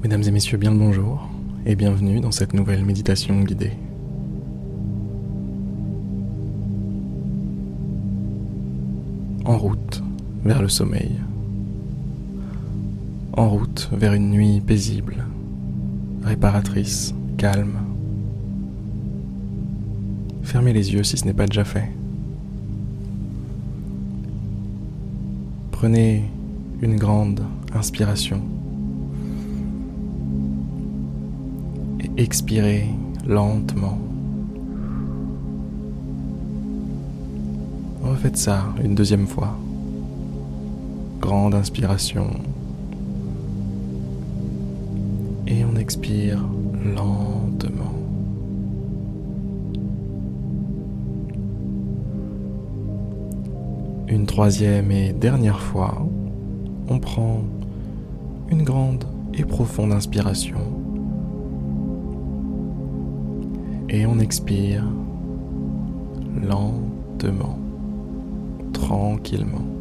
Mesdames et messieurs, bien le bonjour et bienvenue dans cette nouvelle méditation guidée. En route vers le sommeil. En route vers une nuit paisible, réparatrice, calme. Fermez les yeux si ce n'est pas déjà fait. Prenez une grande inspiration et expirez lentement. Refaites ça une deuxième fois. Grande inspiration. Et on expire lentement. Une troisième et dernière fois, on prend une grande et profonde inspiration. Et on expire lentement, tranquillement.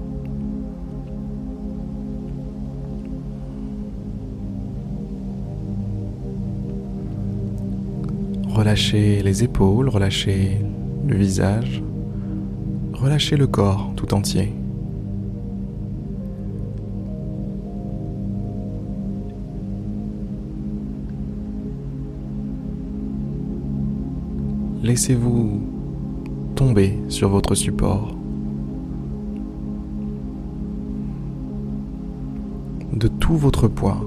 Relâchez les épaules, relâchez le visage, relâchez le corps tout entier. Laissez-vous tomber sur votre support. De tout votre poids.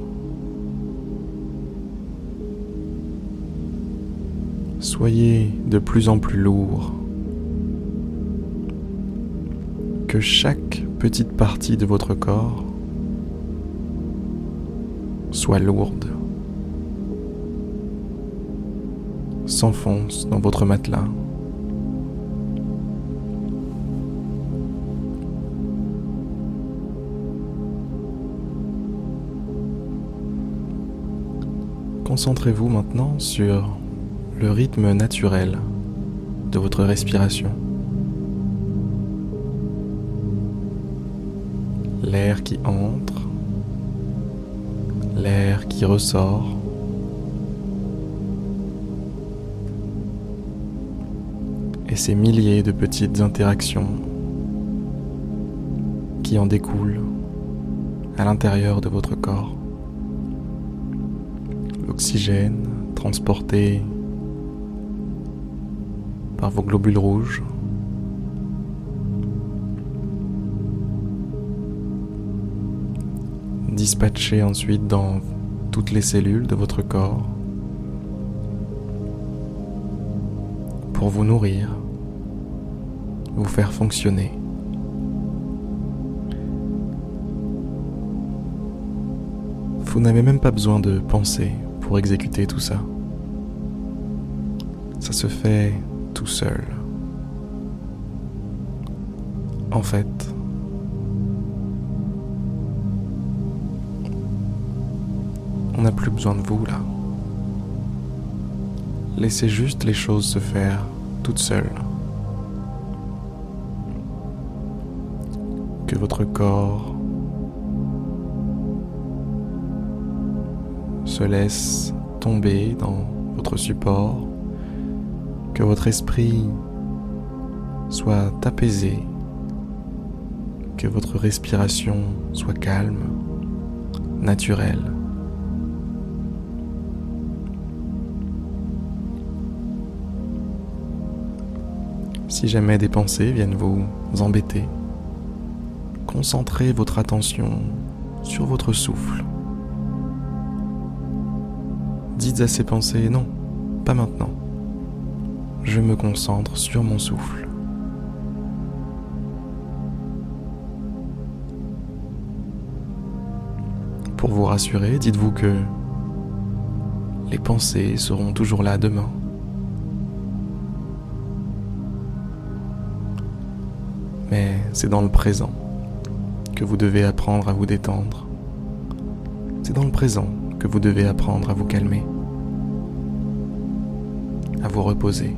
Soyez de plus en plus lourd. Que chaque petite partie de votre corps soit lourde. S'enfonce dans votre matelas. Concentrez-vous maintenant sur le rythme naturel de votre respiration. L'air qui entre, l'air qui ressort. Et ces milliers de petites interactions qui en découlent à l'intérieur de votre corps. L'oxygène transporté par vos globules rouges, dispatché ensuite dans toutes les cellules de votre corps pour vous nourrir, vous faire fonctionner. Vous n'avez même pas besoin de penser pour exécuter tout ça. Ça se fait tout seul. En fait, on n'a plus besoin de vous là. Laissez juste les choses se faire toutes seules. Que votre corps se laisse tomber dans votre support, que votre esprit soit apaisé, que votre respiration soit calme, naturelle. Si jamais des pensées viennent vous embêter, concentrez votre attention sur votre souffle. Dites à ces pensées, non, pas maintenant. Je me concentre sur mon souffle. Pour vous rassurer, dites-vous que les pensées seront toujours là demain. Mais c'est dans le présent que vous devez apprendre à vous détendre. C'est dans le présent que vous devez apprendre à vous calmer, à vous reposer,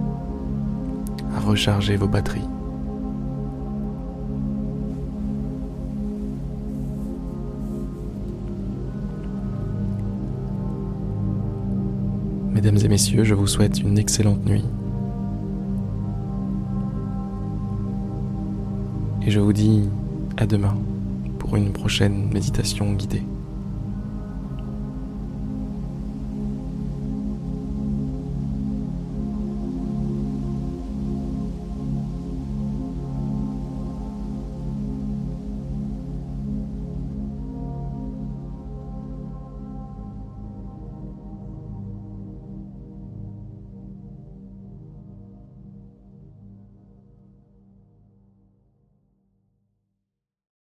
à recharger vos batteries. Mesdames et messieurs, je vous souhaite une excellente nuit. Et je vous dis à demain pour une prochaine méditation guidée.